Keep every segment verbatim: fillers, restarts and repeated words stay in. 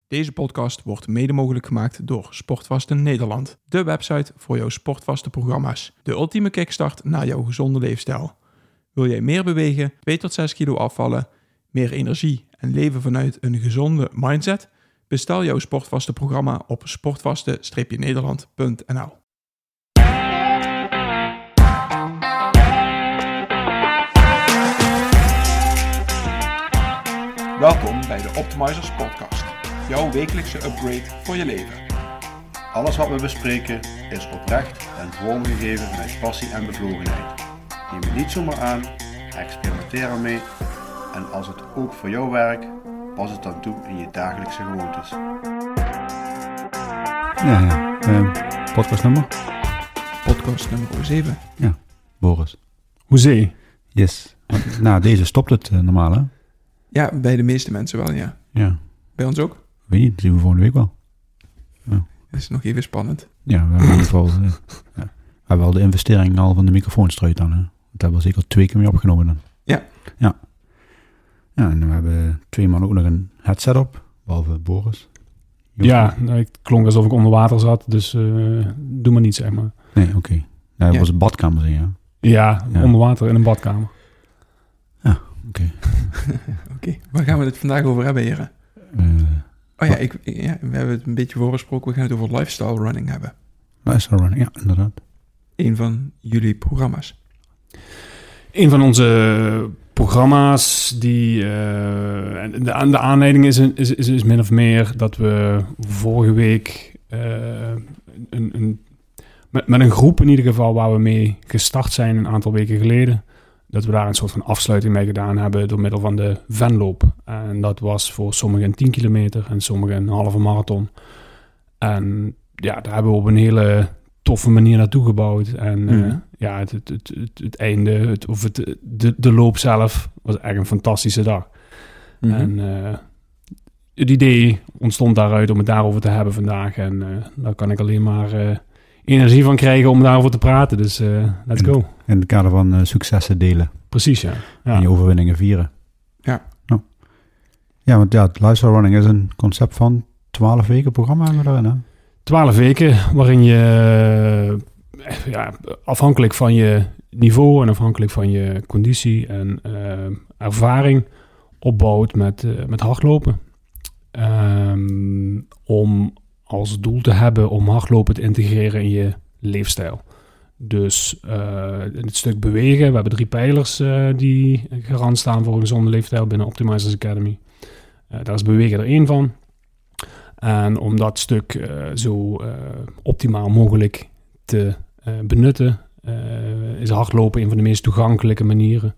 Deze podcast wordt mede mogelijk gemaakt door Sportvasten Nederland. De website voor jouw sportvaste programma's. De ultieme kickstart naar jouw gezonde leefstijl. Wil jij meer bewegen, twee tot zes kilo afvallen, meer energie en leven vanuit een gezonde mindset? Bestel jouw Sportvasten programma op sportvasten nederland punt n l. Welkom bij de Optimizers Podcast, jouw wekelijkse upgrade voor je leven. Alles wat we bespreken is oprecht en vormgegeven met passie en bevlogenheid. Neem het niet zomaar aan, experimenteer ermee en als het ook voor jou werkt, pas het dan toe in je dagelijkse gewoontes. Ja, ja. Uh, podcastnummer? Podcast nummer zeven. Ja, Boris. Hoezee? Yes. Nou, deze stopt het uh, normaal, hè? Ja, bij de meeste mensen wel, ja. Ja. Bij ons ook? Weet niet, dat zien we volgende week wel. Ja. Dat is nog even spannend. Ja, we hebben in ieder geval uh, ja. we hebben al de investering al van de microfoons eruit dan. Hè? Dat hebben we zeker twee keer mee opgenomen dan. Ja. Ja. Ja, en we hebben twee man ook nog een headset op, behalve Boris. Joop. Ja, nou, het klonk alsof ik onder water zat, dus uh, doe maar niet, zeg maar. Nee, oké. Okay. Nou, dat ja. was een badkamer, zeg je. Ja, ja, onder water in een badkamer. Ja, oké. Oké, okay. Waar gaan we het vandaag over hebben, heren? Uh, oh ja, ik, ja, we hebben het een beetje voorbesproken. We gaan het over lifestyle running hebben. Lifestyle running, ja, inderdaad. Een van jullie programma's. Een van onze programma's die... Uh, de, de aanleiding is, is, is, is min of meer dat we vorige week... Uh, een, een, met, met een groep in ieder geval waar we mee gestart zijn een aantal weken geleden... dat we daar een soort van afsluiting mee gedaan hebben door middel van de Venloop. En dat was voor sommigen een tien kilometer en sommigen een halve marathon. En ja, daar hebben we op een hele toffe manier naartoe gebouwd. En mm. uh, ja, het, het, het, het, het einde, het, of het, de, de loop zelf was echt een fantastische dag. Mm-hmm. En uh, het idee ontstond daaruit om het daarover te hebben vandaag. En uh, daar kan ik alleen maar... Uh, energie van krijgen om daarover te praten. Dus uh, let's in, go. In het kader van uh, successen delen. Precies, ja. ja. En je overwinningen vieren. Ja. Nou. Ja, want ja, het lifestyle running is een concept van twaalf weken programma hebben we daarin, hè? twaalf weken waarin je ja, afhankelijk van je niveau en afhankelijk van je conditie en uh, ervaring opbouwt met, uh, met hardlopen. Um, om als doel te hebben om hardlopen te integreren in je leefstijl. Dus uh, in het stuk bewegen, we hebben drie pijlers uh, die garant staan voor een gezonde leefstijl binnen Optimizers Academy. Uh, daar is bewegen er één van. En om dat stuk uh, zo uh, optimaal mogelijk te uh, benutten, uh, is hardlopen een van de meest toegankelijke manieren.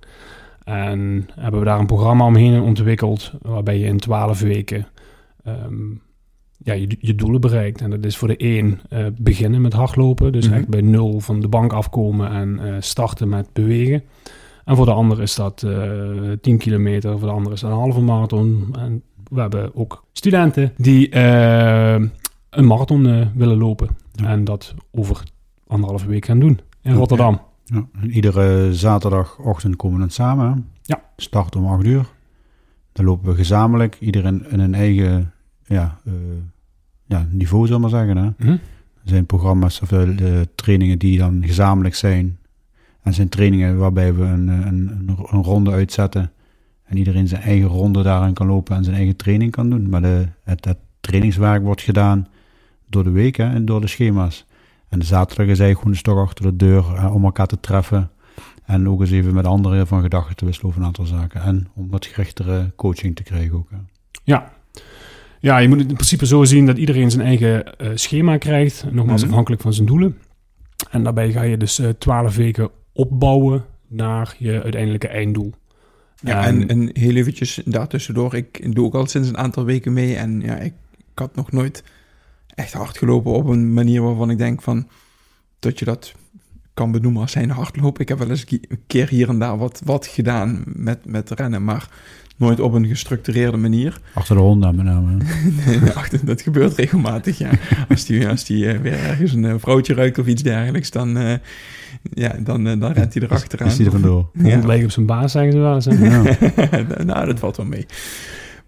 En hebben we daar een programma omheen ontwikkeld, waarbij je in twaalf weken... Um, Ja, je, je doelen bereikt. En dat is voor de een uh, beginnen met hardlopen. Dus mm-hmm. echt bij nul van de bank afkomen en uh, starten met bewegen. En voor de ander is dat uh, tien kilometer. Voor de ander is dat een halve marathon. En we hebben ook studenten die uh, een marathon uh, willen lopen. Ja. En dat over anderhalve week gaan doen in Rotterdam. Ja. Ja. Iedere zaterdagochtend komen we dan samen. Ja. Start om acht uur. Dan lopen we gezamenlijk. Iedereen in een eigen... Ja, uh, ja, niveau, zal ik maar zeggen. Hè? Mm-hmm. Er zijn programma's of uh, de trainingen die dan gezamenlijk zijn. En zijn trainingen waarbij we een, een, een, een ronde uitzetten. En iedereen zijn eigen ronde daarin kan lopen en zijn eigen training kan doen. Maar de, het, het trainingswerk wordt gedaan door de week hè, en door de schema's. En de zaterdag is eigenlijk gewoon een stok achter de deur uh, om elkaar te treffen. En ook eens even met anderen van gedachten te wisselen over een aantal zaken. En om wat gerichtere coaching te krijgen ook. Hè. Ja. Ja, je moet het in principe zo zien dat iedereen zijn eigen uh, schema krijgt. Nogmaals mm-hmm. afhankelijk van zijn doelen. En daarbij ga je dus twaalf uh, weken opbouwen naar je uiteindelijke einddoel. Ja, en, en heel eventjes daartussendoor. Ik doe ook al sinds een aantal weken mee. En ja, ik, ik had nog nooit echt hard gelopen op een manier waarvan ik denk van... dat je dat kan benoemen als zijn hardlopen. Ik heb wel eens een keer hier en daar wat, wat gedaan met, met rennen, maar... nooit op een gestructureerde manier. Achter de Honda met name. nee, achter, dat gebeurt regelmatig, ja. Als die, als die uh, weer ergens een uh, vrouwtje ruikt of iets dergelijks, dan, uh, ja, dan, uh, dan rent hij erachteraan. Is hij er vandoor. Ja. Hond leek op zijn baas, zeggen ze wel eens. Ja. nou, dat valt wel mee.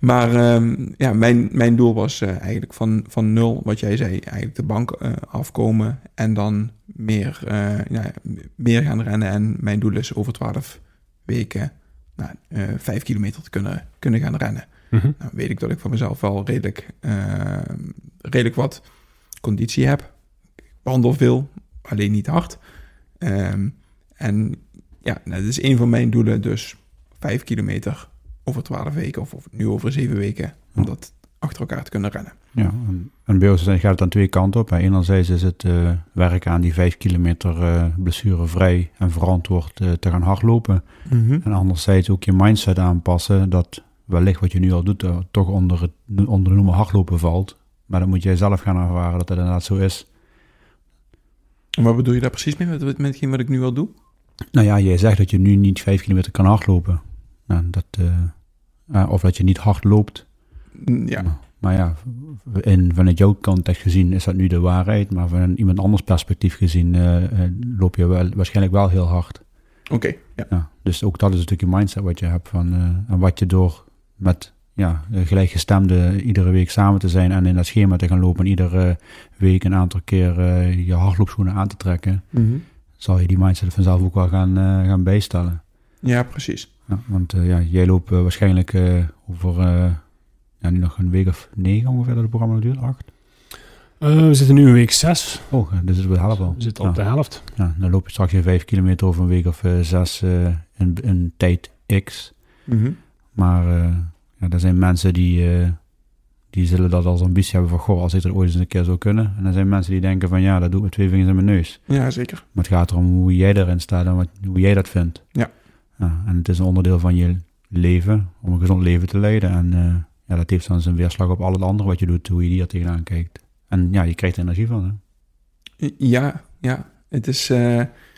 Maar um, ja, mijn, mijn doel was uh, eigenlijk van, van nul, wat jij zei, eigenlijk de bank uh, afkomen en dan meer, uh, ja, meer gaan rennen. En mijn doel is over twaalf weken nou, uh, vijf kilometer te kunnen, kunnen gaan rennen. Mm-hmm. Nou, weet ik dat ik van mezelf wel redelijk, uh, redelijk wat conditie heb. Ik wandel veel, alleen niet hard. Um, en ja, nou, dat is een van mijn doelen, dus vijf kilometer over twaalf weken of, of nu over zeven weken, om dat achter elkaar te kunnen rennen. Ja, en, en bij ons gaat het aan twee kanten op. Hè. Enerzijds is het uh, werken aan die vijf kilometer uh, blessurevrij en verantwoord uh, te gaan hardlopen. Mm-hmm. En anderzijds ook je mindset aanpassen, dat wellicht wat je nu al doet, uh, toch onder, het, onder de noemer hardlopen valt. Maar dan moet jij zelf gaan ervaren dat dat inderdaad zo is. En wat bedoel je daar precies mee, met, met hetgeen wat ik nu al doe? Nou ja, jij zegt dat je nu niet vijf kilometer kan hardlopen. Nou, dat, uh, uh, of dat je niet hard loopt. Ja. Maar, maar ja, in, vanuit jouw context gezien is dat nu de waarheid. Maar van iemand anders perspectief gezien uh, uh, loop je wel, waarschijnlijk wel heel hard. Oké, okay, ja. ja. Dus ook dat is natuurlijk je mindset wat je hebt. Van, uh, en wat je door met ja, gelijkgestemden iedere week samen te zijn en in dat schema te gaan lopen. En iedere week een aantal keer uh, je hardloopschoenen aan te trekken. Mm-hmm. Zal je die mindset vanzelf ook wel gaan, uh, gaan bijstellen. Ja, precies. Ja, want uh, ja, jij loopt uh, waarschijnlijk uh, over uh, ja, nu nog een week of negen ongeveer dat het programma duurt, acht? Uh, we zitten nu in week zes. Oh, dus is het de helft al. We zitten ja. op de helft. Ja, dan loop je straks weer vijf kilometer over een week of uh, zes uh, in, in tijd X. Mm-hmm. Maar uh, ja, er zijn mensen die, uh, die zullen dat als ambitie hebben van, goh, als ik er ooit eens een keer zou kunnen. En er zijn mensen die denken van, ja, dat doe ik met twee vingers in mijn neus. Ja, zeker. Maar het gaat erom hoe jij erin staat en wat, hoe jij dat vindt. Ja. Ja, en het is een onderdeel van je leven, om een gezond leven te leiden. En uh, ja, dat heeft dan zijn weerslag op al het andere wat je doet, hoe je hier tegenaan kijkt. En ja, je krijgt er energie van, hè? Ja, ja. Het is, uh,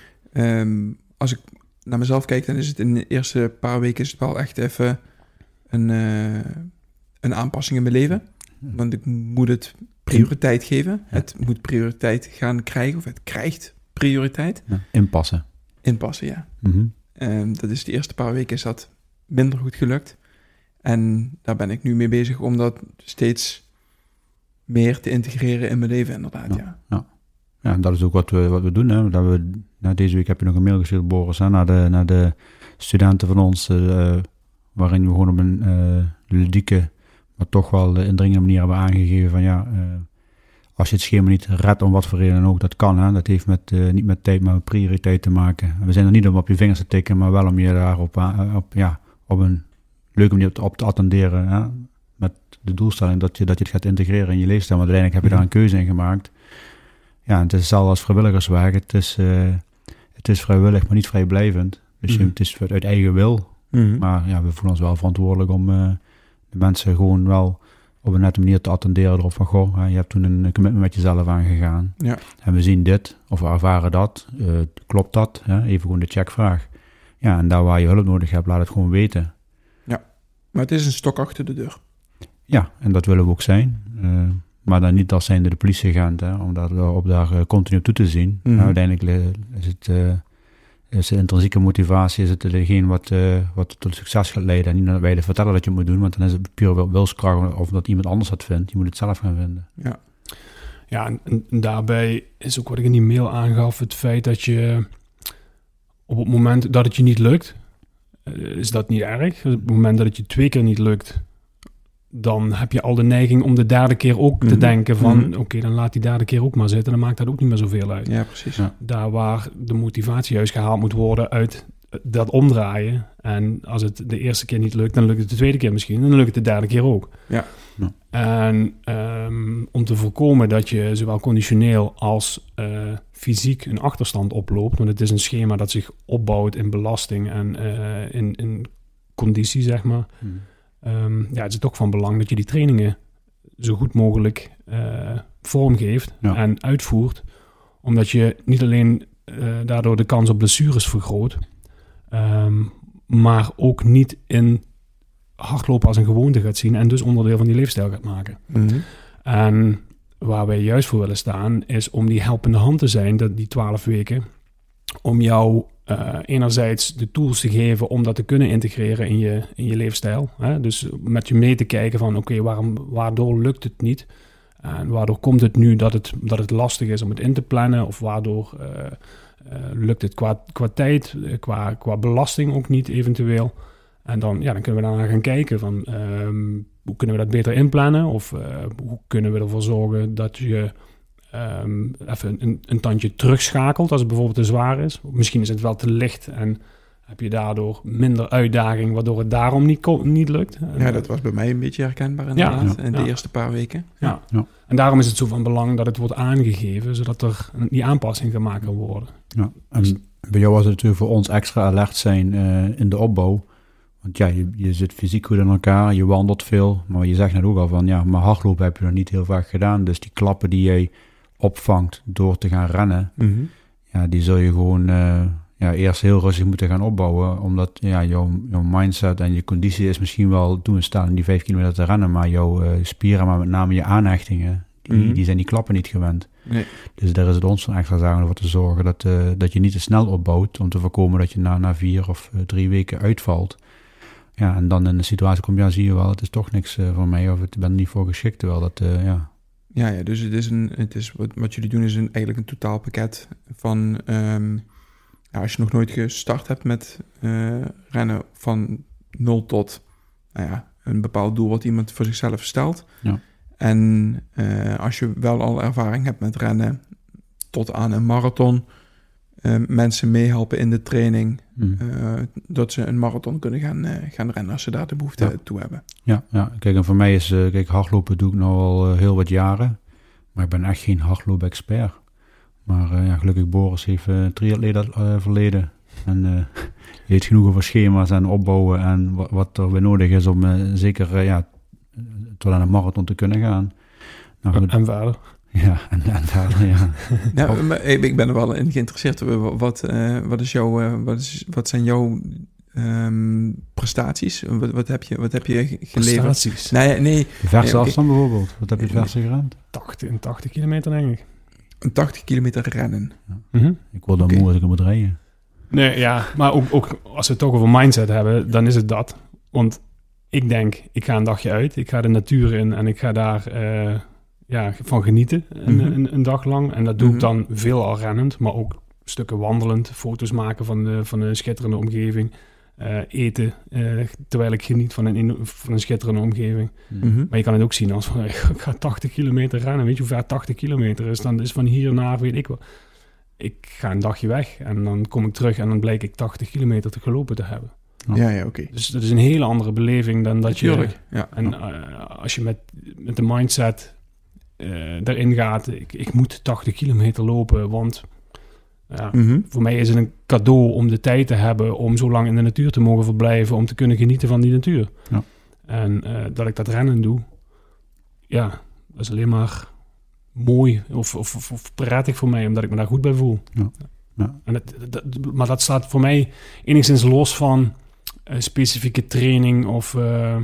um, als ik naar mezelf kijk, dan is het in de eerste paar weken is het wel echt even een, uh, een aanpassing in mijn leven. Want ik moet het prioriteit geven. Ja. Het moet prioriteit gaan krijgen, of het krijgt prioriteit. Ja, inpassen. Inpassen, ja. Mm-hmm. Um, dat is de eerste paar weken is dat minder goed gelukt. En daar ben ik nu mee bezig om dat steeds meer te integreren in mijn leven, inderdaad, ja. Ja, ja. ja en dat is ook wat we, wat we doen. Hè. Dat we, nou, deze week heb je nog een mail gestuurd, Boris, hè, naar, de, naar de studenten van ons, uh, waarin we gewoon op een uh, ludieke, maar toch wel uh, indringende manier hebben aangegeven van ja, uh, als je het schema niet redt om wat voor reden dan ook, dat kan. Hè. Dat heeft met, uh, niet met tijd, maar met prioriteit te maken. En we zijn er niet om op je vingers te tikken, maar wel om je daar op, uh, op, ja, op een leuke manier op, op te attenderen. Hè. Met de doelstelling dat je, dat je het gaat integreren in je leefstijl. Maar uiteindelijk heb je daar een keuze in gemaakt. Ja, het is hetzelfde als vrijwilligerswerk. Het is, uh, het is vrijwillig, maar niet vrijblijvend. Dus mm-hmm. je, het is uit eigen wil. Mm-hmm. Maar ja, we voelen ons wel verantwoordelijk om uh, de mensen gewoon wel op een nette manier te attenderen erop van, goh, je hebt toen een commitment met jezelf aangegaan. Ja. En we zien dit, of we ervaren dat. Uh, klopt dat? Hè? Even gewoon de checkvraag. Ja, en daar waar je hulp nodig hebt, laat het gewoon weten. Ja, maar het is een stok achter de deur. Ja, en dat willen we ook zijn. Uh, maar dan niet als zijnde de politieagent, hè, om daar, op daar uh, continu toe te zien. Mm-hmm. Nou, uiteindelijk uh, is het... Uh, is de intrinsieke motivatie, is het degene wat, uh, wat tot succes gaat leiden. En niet dat wij je vertellen dat je het moet doen, want dan is het puur wilskracht of dat iemand anders het vindt. Je moet het zelf gaan vinden. Ja, ja en, en daarbij is ook wat ik in die mail aangaf, het feit dat je op het moment dat het je niet lukt, is dat niet erg. Op het moment dat het je twee keer niet lukt, dan heb je al de neiging om de derde keer ook mm-hmm. te denken van, mm-hmm. oké, okay, dan laat die derde keer ook maar zitten. Dan maakt dat ook niet meer zoveel uit. Ja, precies. Ja. Daar waar de motivatie juist gehaald moet worden uit dat omdraaien. En als het de eerste keer niet lukt, dan lukt het de tweede keer misschien. En dan lukt het de derde keer ook. Ja. ja. En um, om te voorkomen dat je zowel conditioneel als uh, fysiek een achterstand oploopt. Want het is een schema dat zich opbouwt in belasting en uh, in, in conditie, zeg maar. Mm. Um, ja, het is toch van belang dat je die trainingen zo goed mogelijk uh, vormgeeft ja. en uitvoert. Omdat je niet alleen uh, daardoor de kans op blessures vergroot, um, maar ook niet in hardlopen als een gewoonte gaat zien en dus onderdeel van die leefstijl gaat maken. Mm-hmm. En waar wij juist voor willen staan, is om die helpende hand te zijn, dat die twaalf weken, om jou uh, enerzijds de tools te geven om dat te kunnen integreren in je, in je leefstijl. Hè? Dus met je mee te kijken van, oké, okay, waarom, waardoor lukt het niet? En waardoor komt het nu dat het, dat het lastig is om het in te plannen? Of waardoor uh, uh, lukt het qua, qua tijd, qua, qua belasting ook niet eventueel? En dan, ja, dan kunnen we daarna gaan kijken van um, hoe kunnen we dat beter inplannen? Of uh, hoe kunnen we ervoor zorgen dat je um, even een, een tandje terugschakelt als het bijvoorbeeld te zwaar is. Misschien is het wel te licht en heb je daardoor minder uitdaging, waardoor het daarom niet, ko- niet lukt. Ja, dat was bij mij een beetje herkenbaar inderdaad, ja, in de ja. eerste paar weken. Ja. Ja. En daarom is het zo van belang dat het wordt aangegeven, zodat er die aanpassing gemaakt kan worden. Ja. En dus, bij jou was het natuurlijk voor ons extra alert zijn uh, in de opbouw. Want ja, je, je zit fysiek goed in elkaar, je wandelt veel, maar je zegt net ook al van, ja, maar hardlopen heb je nog niet heel vaak gedaan. Dus die klappen die jij opvangt door te gaan rennen, mm-hmm. ja, die zul je gewoon uh, ja, eerst heel rustig moeten gaan opbouwen. Omdat ja, jouw, jouw mindset en je conditie is misschien wel toen staan die vijf kilometer te rennen, maar jouw uh, spieren, maar met name je aanhechtingen, die, mm-hmm. die zijn die klappen niet gewend. Nee. Dus daar is het ons van extra zaken om voor te zorgen dat, uh, dat je niet te snel opbouwt, om te voorkomen dat je na, na vier of uh, drie weken uitvalt. Ja, en dan in de situatie komt, ja, zie je wel, het is toch niks uh, voor mij, of ik ben er niet voor geschikt, terwijl dat, uh, ja... Ja, ja, dus het is een, het is wat, wat jullie doen is een, eigenlijk een totaalpakket van, um, ja, als je nog nooit gestart hebt met uh, rennen van nul tot, nou ja, een bepaald doel wat iemand voor zichzelf stelt. Ja. En uh, als je wel al ervaring hebt met rennen tot aan een marathon, uh, mensen meehelpen in de training, mm. uh, dat ze een marathon kunnen gaan, uh, gaan rennen als ze daar de behoefte ja. toe hebben. Ja, ja, kijk, en voor mij is, uh, kijk, hardlopen doe ik nu al uh, heel wat jaren, maar ik ben echt geen hardloop-expert. Maar uh, ja, gelukkig Boris heeft uh, triatleet uh, verleden en uh, je weet genoeg over schema's en opbouwen en wat, wat er weer nodig is om uh, zeker uh, ja, tot aan een marathon te kunnen gaan. Nou, en, en verder. Ja, en, en verder, ja. Nou, maar ik ben er wel in geïnteresseerd. Wat, uh, wat, is jouw, uh, wat, is, wat zijn jouw um, prestaties? Wat, wat, heb je, wat heb je geleverd? Prestaties? Nee, nee. De verse nee, afstand okay. bijvoorbeeld. Wat heb je het verse gerend? tachtig, tachtig kilometer, denk ik. Een tachtig kilometer rennen. Ja. Mm-hmm. Ik word dan okay. moe als ik moet rijden. Nee, ja, maar ook, ook als we het toch over mindset hebben, dan is het dat. Want ik denk, ik ga een dagje uit, ik ga de natuur in en ik ga daar uh, ja, van genieten een, mm-hmm. een, een dag lang. En dat doe mm-hmm. ik dan veel al rennend, maar ook stukken wandelend, foto's maken van de, van een schitterende omgeving, uh, eten uh, terwijl ik geniet van een, van een schitterende omgeving. Mm-hmm. Maar je kan het ook zien als van, ik ga tachtig kilometer rennen, weet je hoe ver tachtig kilometer is? Dan is van hier naar, weet ik wel. Ik ga een dagje weg en dan kom ik terug en dan blijkt ik tachtig kilometer te gelopen te hebben. Ja, ja, oké. Okay. Dus dat is een hele andere beleving dan dat Natuurlijk, je... Ja. En uh, als je met, met de mindset uh, erin gaat, ik, ik moet tachtig kilometer lopen, want ja, mm-hmm. voor mij is het een cadeau om de tijd te hebben om zo lang in de natuur te mogen verblijven, om te kunnen genieten van die natuur. Ja. En uh, dat ik dat rennen doe, ja, dat is alleen maar mooi of, of, of, of prettig voor mij, omdat ik me daar goed bij voel. Ja. Ja. En het, dat, maar dat staat voor mij enigszins los van uh, specifieke training of uh,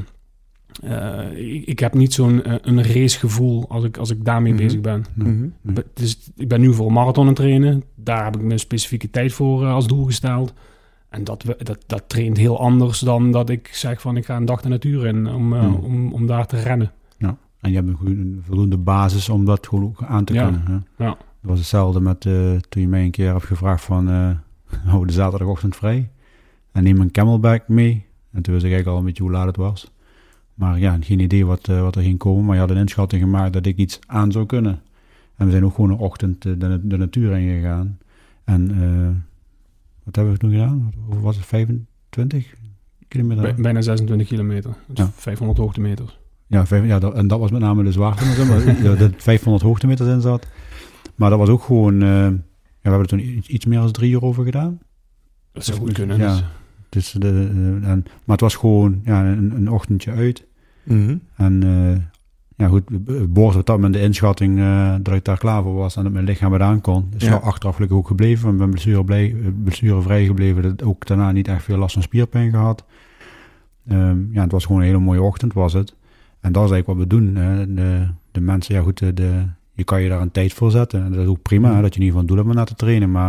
uh, ik, ik heb niet zo'n uh, een racegevoel als ik, als ik daarmee mm-hmm. bezig ben. Mm-hmm. Dus ik ben nu voor een marathon aan het trainen. Daar heb ik me een specifieke tijd voor uh, als doel gesteld. En dat, dat, dat traint heel anders dan dat ik zeg van ik ga een dag de natuur in om, uh, mm. om, om daar te rennen. Ja. En je hebt een, goede, een voldoende basis om dat gewoon ook aan te ja. kunnen. Hè? Ja. Dat was hetzelfde met uh, toen je mij een keer hebt gevraagd van uh, hou de zaterdagochtend vrij en neem een camelback mee. En toen wist ik eigenlijk al een beetje hoe laat het was. Maar ja, geen idee wat, uh, wat er ging komen. Maar je had een inschatting gemaakt dat ik iets aan zou kunnen. En we zijn ook gewoon een ochtend uh, de, de natuur in gegaan. En uh, wat hebben we toen gedaan? Hoe was het? vijfentwintig kilometer? Bij, bijna zesentwintig kilometer. Dus ja. vijfhonderd hoogtemeters. Ja, vijf, ja dat, en dat was met name de zwaarte. Maar dat vijfhonderd hoogtemeters in zat. Maar dat was ook gewoon... Uh, ja, we hebben er toen iets, iets meer dan drie uur over gedaan. Dat zou goed kunnen. Ja, dus de, uh, en, maar het was gewoon ja, een, een ochtendje uit. Mm-hmm. En uh, ja goed, Boris had dat met de inschatting uh, dat ik daar klaar voor was en dat mijn lichaam het aan kon. Dus ja. achteraf gelukkig ook gebleven. Ik ben blessurevrij blessure gebleven. Dat ook daarna niet echt veel last van spierpijn gehad. Um, ja, het was gewoon een hele mooie ochtend was het. En dat is eigenlijk wat we doen. Hè. De, de mensen, ja goed, de, de, je kan je daar een tijd voor zetten. En dat is ook prima, hè, dat je in ieder geval een doel hebt om naar te trainen. Maar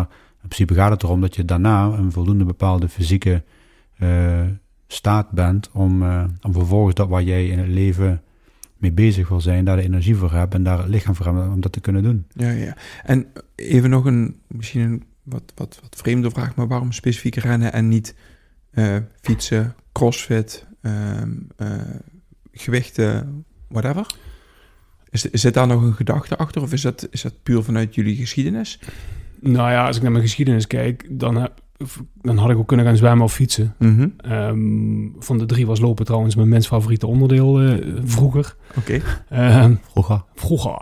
In principe gaat het erom dat je daarna een voldoende bepaalde fysieke uh, staat bent om, uh, om vervolgens dat waar jij in het leven mee bezig wil zijn, daar de energie voor hebt en daar het lichaam voor hebt om dat te kunnen doen. Ja, ja. En even nog een, misschien een wat, wat, wat vreemde vraag, maar waarom specifiek rennen en niet uh, fietsen, crossfit, uh, uh, gewichten, whatever? Is, zit daar nog een gedachte achter of is dat, is dat puur vanuit jullie geschiedenis? Nou ja, als ik naar mijn geschiedenis kijk, dan, heb, dan had ik ook kunnen gaan zwemmen of fietsen. Mm-hmm. Um, van de drie was lopen trouwens mijn minst favoriete onderdeel uh, vroeger. Oké. Okay. Um, vroeger. Vroeger.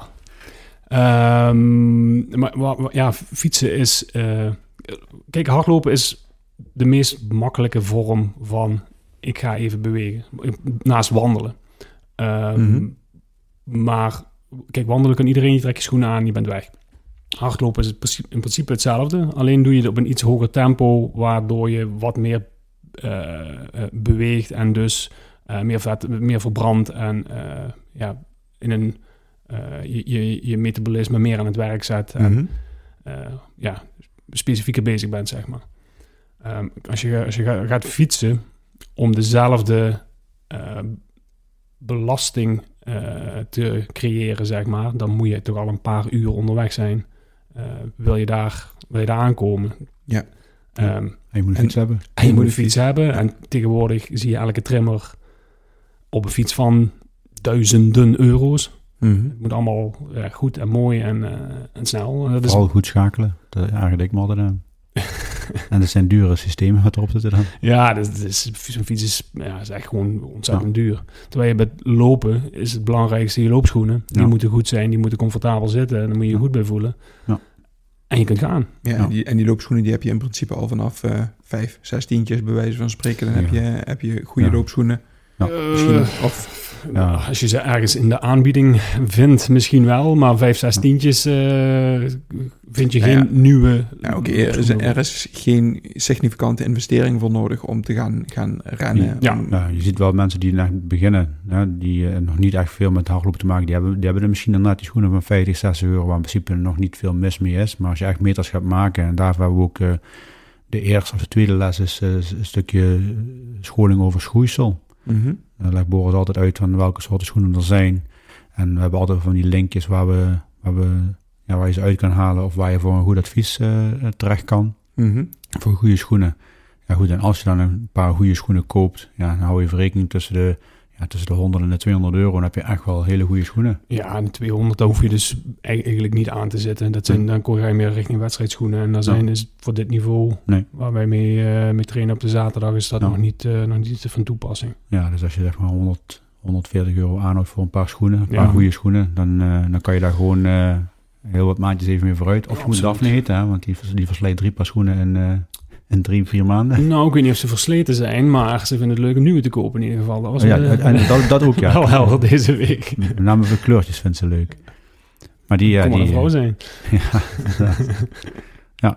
Um, maar, maar ja, fietsen is... Uh, kijk, hardlopen is de meest makkelijke vorm van ik ga even bewegen. Naast wandelen. Um, mm-hmm. Maar kijk, wandelen kan iedereen, je trekt je schoenen aan, je bent weg. Hardlopen is het in principe hetzelfde. Alleen doe je het op een iets hoger tempo, waardoor je wat meer uh, uh, beweegt en dus uh, meer vet, meer verbrandt en uh, ja, in een, uh, je, je, je metabolisme meer aan het werk zet en mm-hmm. uh, ja, specifieker bezig bent, zeg maar. Um, als je, als je gaat fietsen om dezelfde uh, belasting uh, te creëren, zeg maar, dan moet je toch al een paar uur onderweg zijn. Uh, wil je daar, wil je daar aankomen? Ja. Um, en je moet een fiets hebben. En je moet een fiets hebben. En tegenwoordig zie je elke trimmer op een fiets van duizenden euro's. Mm-hmm. Het moet allemaal ja, goed en mooi en, uh, en snel. En dat Vooral is... goed schakelen. Dat eigenlijk ik me altijd aan. En dat zijn dure systemen wat erop zitten dan. Ja, dus, dus, zo'n fiets is, ja, is echt gewoon ontzettend ja. duur. Terwijl je met lopen is het belangrijkste je loopschoenen. Die ja. moeten goed zijn, die moeten comfortabel zitten. En dan moet je je ja. goed bij voelen. Ja. En je kunt gaan. Ja, ja. En, die, en die loopschoenen die heb je in principe al vanaf uh, vijf, zes tientjes bij wijze van spreken. Dan ja. heb, je, heb je goede ja. loopschoenen. Ja. Misschien, uh, of... Ja. Als je ze ergens in de aanbieding vindt, misschien wel. Maar vijf, zes tientjes uh, vind je ja, geen ja. nieuwe... Ja, Oké, okay. er, is, er is geen significante investering voor nodig om te gaan, gaan rennen. Ja. Om... Ja, je ziet wel mensen die net beginnen, hè, die uh, nog niet echt veel met hardlopen te maken. Die hebben, die hebben er misschien inderdaad die schoenen van vijftig, zestig euro, waar in principe nog niet veel mis mee is. Maar als je echt meters gaat maken, en daarvoor hebben we ook uh, de eerste of de tweede les is uh, een stukje scholing over schoeisel. Mm-hmm. Dan legt Boris altijd uit van welke soorten schoenen er zijn. En we hebben altijd van die linkjes waar, we, waar, we, ja, waar je ze uit kan halen of waar je voor een goed advies uh, terecht kan. Mm-hmm. Voor goede schoenen. Ja goed, en als je dan een paar goede schoenen koopt, ja, dan hou je verrekening tussen de, ja, tussen de honderd en de tweehonderd euro. Dan heb je echt wel hele goede schoenen. Ja, en de tweehonderd, daar hoef je dus eigenlijk niet aan te zetten. Dat zijn, dan ga je meer richting wedstrijdschoenen. En dan zijn ja. is voor dit niveau nee. waar wij mee, uh, mee trainen op de zaterdag, is dat ja. nog, niet, uh, nog niet van toepassing. Ja, dus als je zeg maar honderd, honderdveertig euro aanhoudt voor een paar schoenen, een paar ja. goede schoenen, dan, uh, dan kan je daar gewoon uh, heel wat maandjes even mee vooruit. Of je moet Daphne heten, hè, want die, die verslijt drie paar schoenen in, uh, in drie, vier maanden. Nou, ik weet niet of ze versleten zijn, maar ze vinden het leuk om nieuwe te kopen in ieder geval. Dat was ja, een, en dat, dat ook, ja. Wel helder deze week. Met name voor kleurtjes vindt ze leuk. Maar die, ja, Kom maar die, een vrouw zijn. Ja, ja.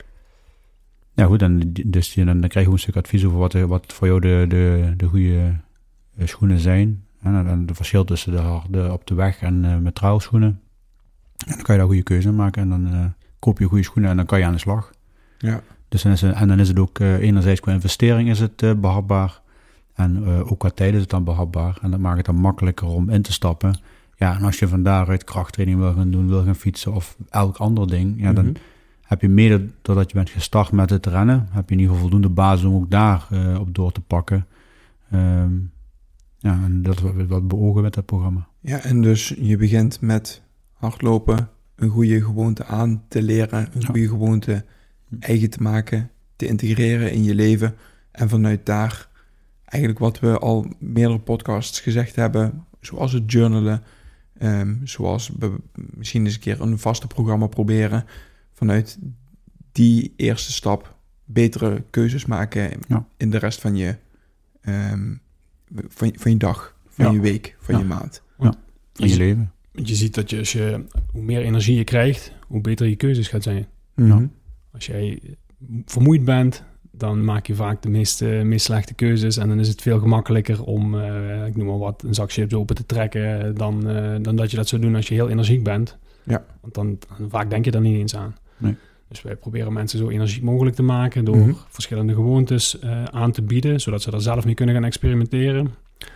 Ja, goed, en dus dan, dan krijg je gewoon een stuk advies over wat, wat voor jou de, de, de goede uh, schoenen zijn. En, en de verschil tussen de, de op de weg en uh, met trailschoenen. En dan kan je daar een goede keuze maken en dan uh, koop je goede schoenen en dan kan je aan de slag. Ja. Dus dan is het, en dan is het ook uh, enerzijds qua investering is het uh, behapbaar. En uh, ook qua tijd is het dan behapbaar. En dat maakt het dan makkelijker om in te stappen. Ja, en als je van daaruit krachttraining wil gaan doen, wil gaan fietsen of elk ander ding, ja, dan mm-hmm. heb je mede doordat je bent gestart met het rennen, heb je in ieder geval voldoende basis om ook daar uh, op door te pakken. Um, ja, en dat is wat we wat beogen met dat programma. Ja, en dus je begint met hardlopen, een goede gewoonte aan te leren, een ja. goede gewoonte eigen te maken, te integreren in je leven. En vanuit daar eigenlijk wat we al meerdere podcasts gezegd hebben, zoals het journalen, um, zoals we misschien eens een keer een vaste programma proberen, vanuit die eerste stap betere keuzes maken ja. in de rest van je, um, van, van je dag, van ja. je week, van ja. je maand. Ja, in je leven. Je ziet dat je, als je hoe meer energie je krijgt, hoe beter je keuzes gaat zijn. Mm-hmm. Als jij vermoeid bent, dan maak je vaak de meest, uh, meest slechte keuzes. En dan is het veel gemakkelijker om, uh, ik noem maar wat, een zak chips open te trekken dan, uh, dan dat je dat zou doen als je heel energiek bent. Ja. Want dan, dan vaak denk je daar niet eens aan. Nee. Dus wij proberen mensen zo energiek mogelijk te maken door Mm-hmm. verschillende gewoontes uh, aan te bieden, zodat ze daar zelf mee kunnen gaan experimenteren.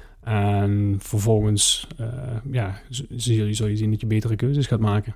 En vervolgens uh, ja, zul je, zul je zien dat je betere keuzes gaat maken.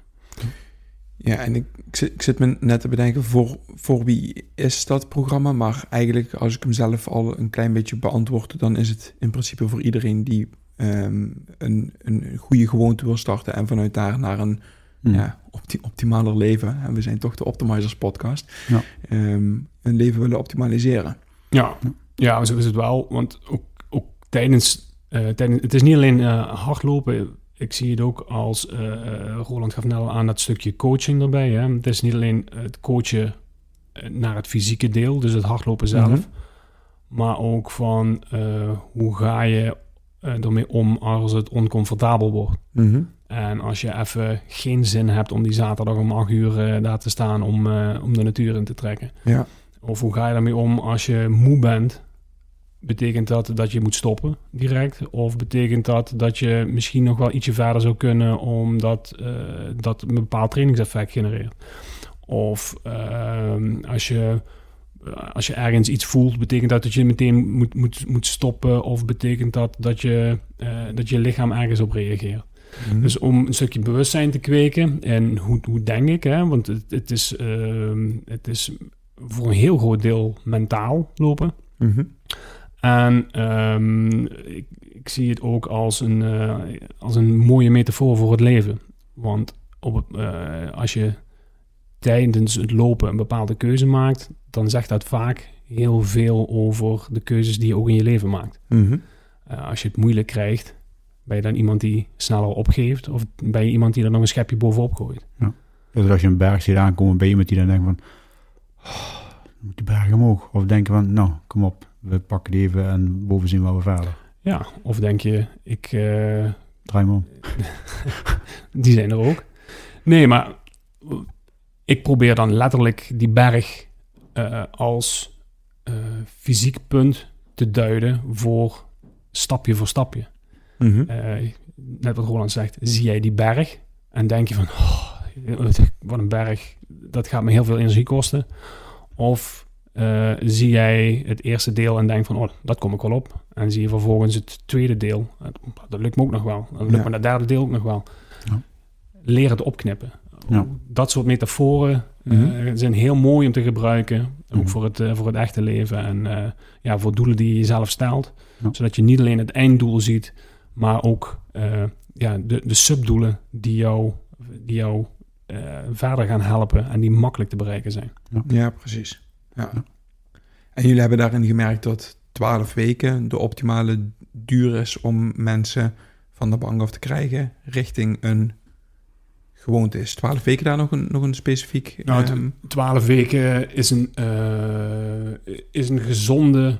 Ja, en ik, ik, zit, ik zit me net te bedenken, voor, voor wie is dat programma? Maar eigenlijk, als ik hem zelf al een klein beetje beantwoord, dan is het in principe voor iedereen die um, een, een goede gewoonte wil starten en vanuit daar naar een hmm. ja, opti- optimaler leven, en we zijn toch de Optimizers podcast, ja. um, een leven willen optimaliseren. Ja, ja, zo is het wel, want ook, ook tijdens, uh, tijdens, het is niet alleen uh, hardlopen. Ik zie het ook als, uh, Roland gaf net al aan, dat stukje coaching erbij. Hè? Het is niet alleen het coachen naar het fysieke deel, dus het hardlopen zelf. Mm-hmm. Maar ook van, uh, hoe ga je uh, ermee om als het oncomfortabel wordt. Mm-hmm. En als je even geen zin hebt om die zaterdag om acht uur uh, daar te staan om, uh, om de natuur in te trekken. Ja. Of hoe ga je daarmee om als je moe bent? Betekent dat dat je moet stoppen direct? Of betekent dat dat je misschien nog wel ietsje verder zou kunnen omdat uh, dat een bepaald trainingseffect genereert? Of uh, als, je, als je ergens iets voelt, betekent dat dat je meteen moet, moet, moet stoppen? Of betekent dat dat je, uh, dat je lichaam ergens op reageert? Mm-hmm. Dus om een stukje bewustzijn te kweken en hoe, hoe denk ik, hè? Want het, het, is, uh, het is voor een heel groot deel mentaal lopen. Mm-hmm. En um, ik, ik zie het ook als een, uh, als een mooie metafoor voor het leven. Want op het, uh, als je tijdens het lopen een bepaalde keuze maakt, dan zegt dat vaak heel veel over de keuzes die je ook in je leven maakt. Mm-hmm. Uh, als je het moeilijk krijgt, ben je dan iemand die sneller opgeeft? Of ben je iemand die er nog een schepje bovenop gooit? Ja. Dus als je een berg ziet aankomen, ben je iemand die dan denkt van, oh, moet die berg omhoog? Of denken van, nou, kom op. We pakken die even en boven zien we wel verder. Ja, of denk je, ik... Uh... Draai me om. Die zijn er ook. Nee, maar ik probeer dan letterlijk die berg uh, als uh, fysiek punt te duiden voor stapje voor stapje. Mm-hmm. Uh, net wat Roland zegt, zie jij die berg en denk je van, oh, wat een berg, dat gaat me heel veel energie kosten. Of... Uh, zie jij het eerste deel en denk van, oh, dat kom ik wel op. En zie je vervolgens het tweede deel. Dat lukt me ook nog wel. Dat lukt ja. me dat derde deel ook nog wel. Ja. Leer het opknippen. Ja. Dat soort metaforen mm-hmm. uh, zijn heel mooi om te gebruiken. Mm-hmm. Ook voor het, uh, voor het echte leven. En uh, ja, voor doelen die je jezelf stelt. Ja. Zodat je niet alleen het einddoel ziet, maar ook uh, ja, de, de subdoelen die jou, die jou uh, verder gaan helpen en die makkelijk te bereiken zijn. Ja, ja precies. Ja. En jullie hebben daarin gemerkt dat twaalf weken de optimale duur is om mensen van de bank af te krijgen richting een gewoonte is. twaalf weken daar nog een, nog een specifiek... Nou, um... twaalf weken is een, uh, is een gezonde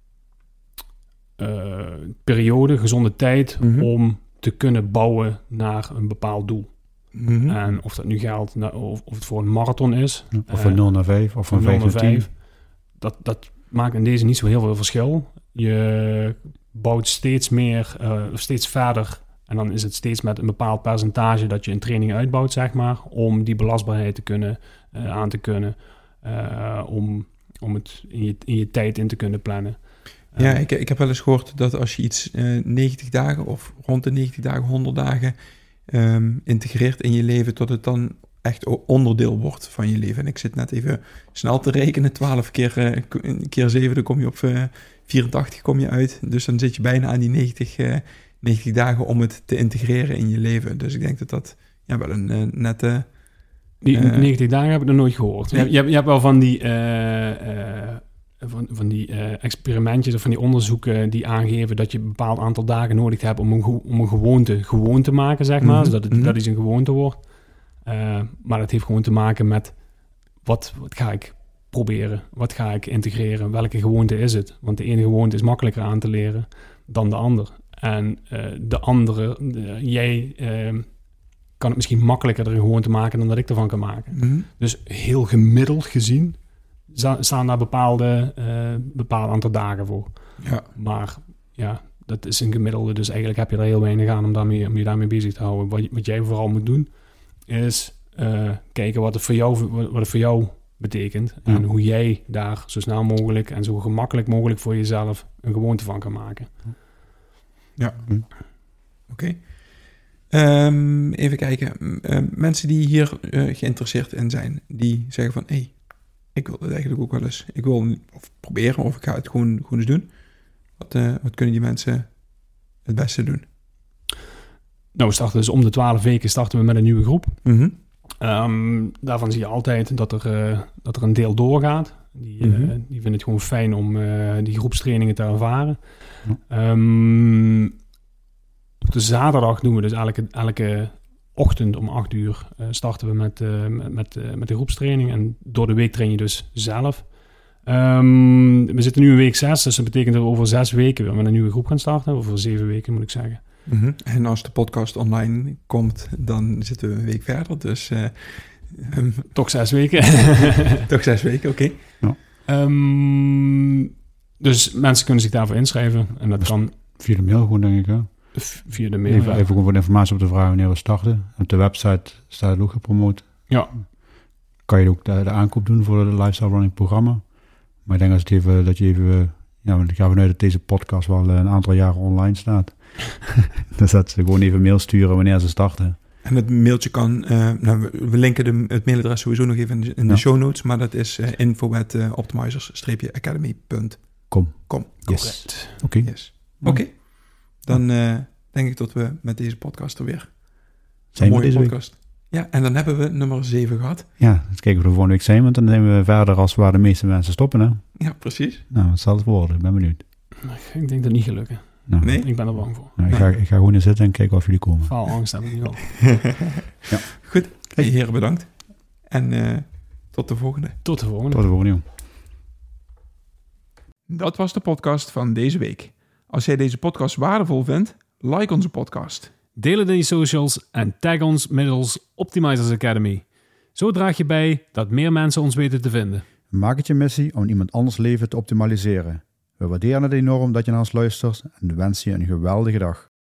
uh, periode, gezonde tijd mm-hmm. om te kunnen bouwen naar een bepaald doel. Mm-hmm. En of dat nu geldt, of, of het voor een marathon is. Of van nul naar vijf, of van vijf naar tien. Dat, dat maakt in deze niet zo heel veel verschil. Je bouwt steeds meer, uh, steeds verder. En dan is het steeds met een bepaald percentage dat je een training uitbouwt, zeg maar. Om die belastbaarheid te kunnen, uh, aan te kunnen. Uh, om, om het in je, in je tijd in te kunnen plannen. Uh, ja, ik, ik heb wel eens gehoord dat als je iets uh, negentig dagen of rond de negentig dagen, honderd dagen... Um, integreert in je leven, tot het dan echt onderdeel wordt van je leven. En ik zit net even snel te rekenen, twaalf keer, uh, keer zeven, dan kom je op uh, vierentachtig kom je uit. Dus dan zit je bijna aan die negentig, uh, negentig dagen om het te integreren in je leven. Dus ik denk dat dat ja, wel een uh, nette... Die uh, negentig dagen heb ik nog nooit gehoord. Je, je, je hebt wel van die... Uh, uh, Van, van die uh, experimentjes of van die onderzoeken die aangeven dat je een bepaald aantal dagen nodig hebt om een, om een gewoonte gewoon te maken, zeg maar. Mm-hmm. Zodat het, dat iets een gewoonte wordt. Uh, maar dat heeft gewoon te maken met wat, wat ga ik proberen? Wat ga ik integreren? Welke gewoonte is het? Want de ene gewoonte is makkelijker aan te leren dan de ander. En uh, de andere, uh, jij uh, kan het misschien makkelijker er een gewoonte maken dan dat ik ervan kan maken. Mm-hmm. Dus heel gemiddeld gezien staan daar bepaalde, uh, bepaald aantal dagen voor. Ja. Maar ja, dat is een gemiddelde. Dus eigenlijk heb je er heel weinig aan om, daarmee, om je daarmee bezig te houden. Wat, wat jij vooral moet doen, is uh, kijken wat het voor jou, wat het voor jou betekent. Ja. En hoe jij daar zo snel mogelijk en zo gemakkelijk mogelijk voor jezelf een gewoonte van kan maken. Ja, hm. oké. Okay. Um, even kijken. Uh, mensen die hier uh, geïnteresseerd in zijn, die zeggen van, hé, hey, ik wil het eigenlijk ook wel eens. Ik wil of proberen of ik ga het gewoon, gewoon eens doen. Wat, uh, wat kunnen die mensen het beste doen? Nou, we starten dus om de twaalf weken starten we met een nieuwe groep. Mm-hmm. Um, daarvan zie je altijd dat er, uh, dat er een deel doorgaat. Die, mm-hmm. uh, die vinden het gewoon fijn om uh, die groepstrainingen te ervaren. Ja. Um, op de zaterdag doen we dus elke, elke ochtend om acht uur uh, starten we met, uh, met, met, uh, met de groepstraining. En door de week train je dus zelf. Um, we zitten nu in week zes, dus dat betekent dat we over zes weken weer met een nieuwe groep gaan starten. Over zeven weken moet ik zeggen. Mm-hmm. En als de podcast online komt, dan zitten we een week verder. Dus uh, um, toch zes weken. toch zes weken, oké. Okay. Ja. Um, dus mensen kunnen zich daarvoor inschrijven. En dat kan via de mail gewoon, denk ik. Hè? Via de mail. Even, even gewoon voor de informatie op de vraag wanneer we starten. Op de website staat het ook gepromoot. Ja. Kan je ook de, de aankoop doen voor de Lifestyle Running programma. Maar ik denk als het even, dat je even... Ja, want ik ga vanuit dat deze podcast wel een aantal jaren online staat. Dus dat ze gewoon even mail sturen wanneer ze starten. En het mailtje kan... Uh, nou, we linken de, het mailadres sowieso nog even in de, in de ja. show notes. Maar dat is uh, info at uh, optimizers academy punt com. Yes. Oké. Okay. Yes. Oké. Okay. Dan uh, denk ik dat we met deze podcast er weer... Zijn een mooie deze podcast. Week? Ja, en dan hebben we nummer zeven gehad. Ja, eens kijken of we de volgende week zijn. Want dan zijn we verder als waar de meeste mensen stoppen. Hè? Ja, precies. Nou, wat zal het worden? Ik ben benieuwd. Ik denk dat niet gelukken. Nou, nee? Ik ben er bang voor. Nou, ik, ga, ik ga gewoon eens zitten en kijken of jullie komen. Faal angst heb ik niet al. Ja. Goed, hey, heren bedankt. En uh, tot de volgende. Tot de volgende. Tot de volgende, jong. Dat was de podcast van deze week. Als jij deze podcast waardevol vindt, like onze podcast. Deel het in je socials en tag ons middels Optimizers Academy. Zo draag je bij dat meer mensen ons weten te vinden. Maak het je missie om iemand anders leven te optimaliseren. We waarderen het enorm dat je naar ons luistert en wensen je een geweldige dag.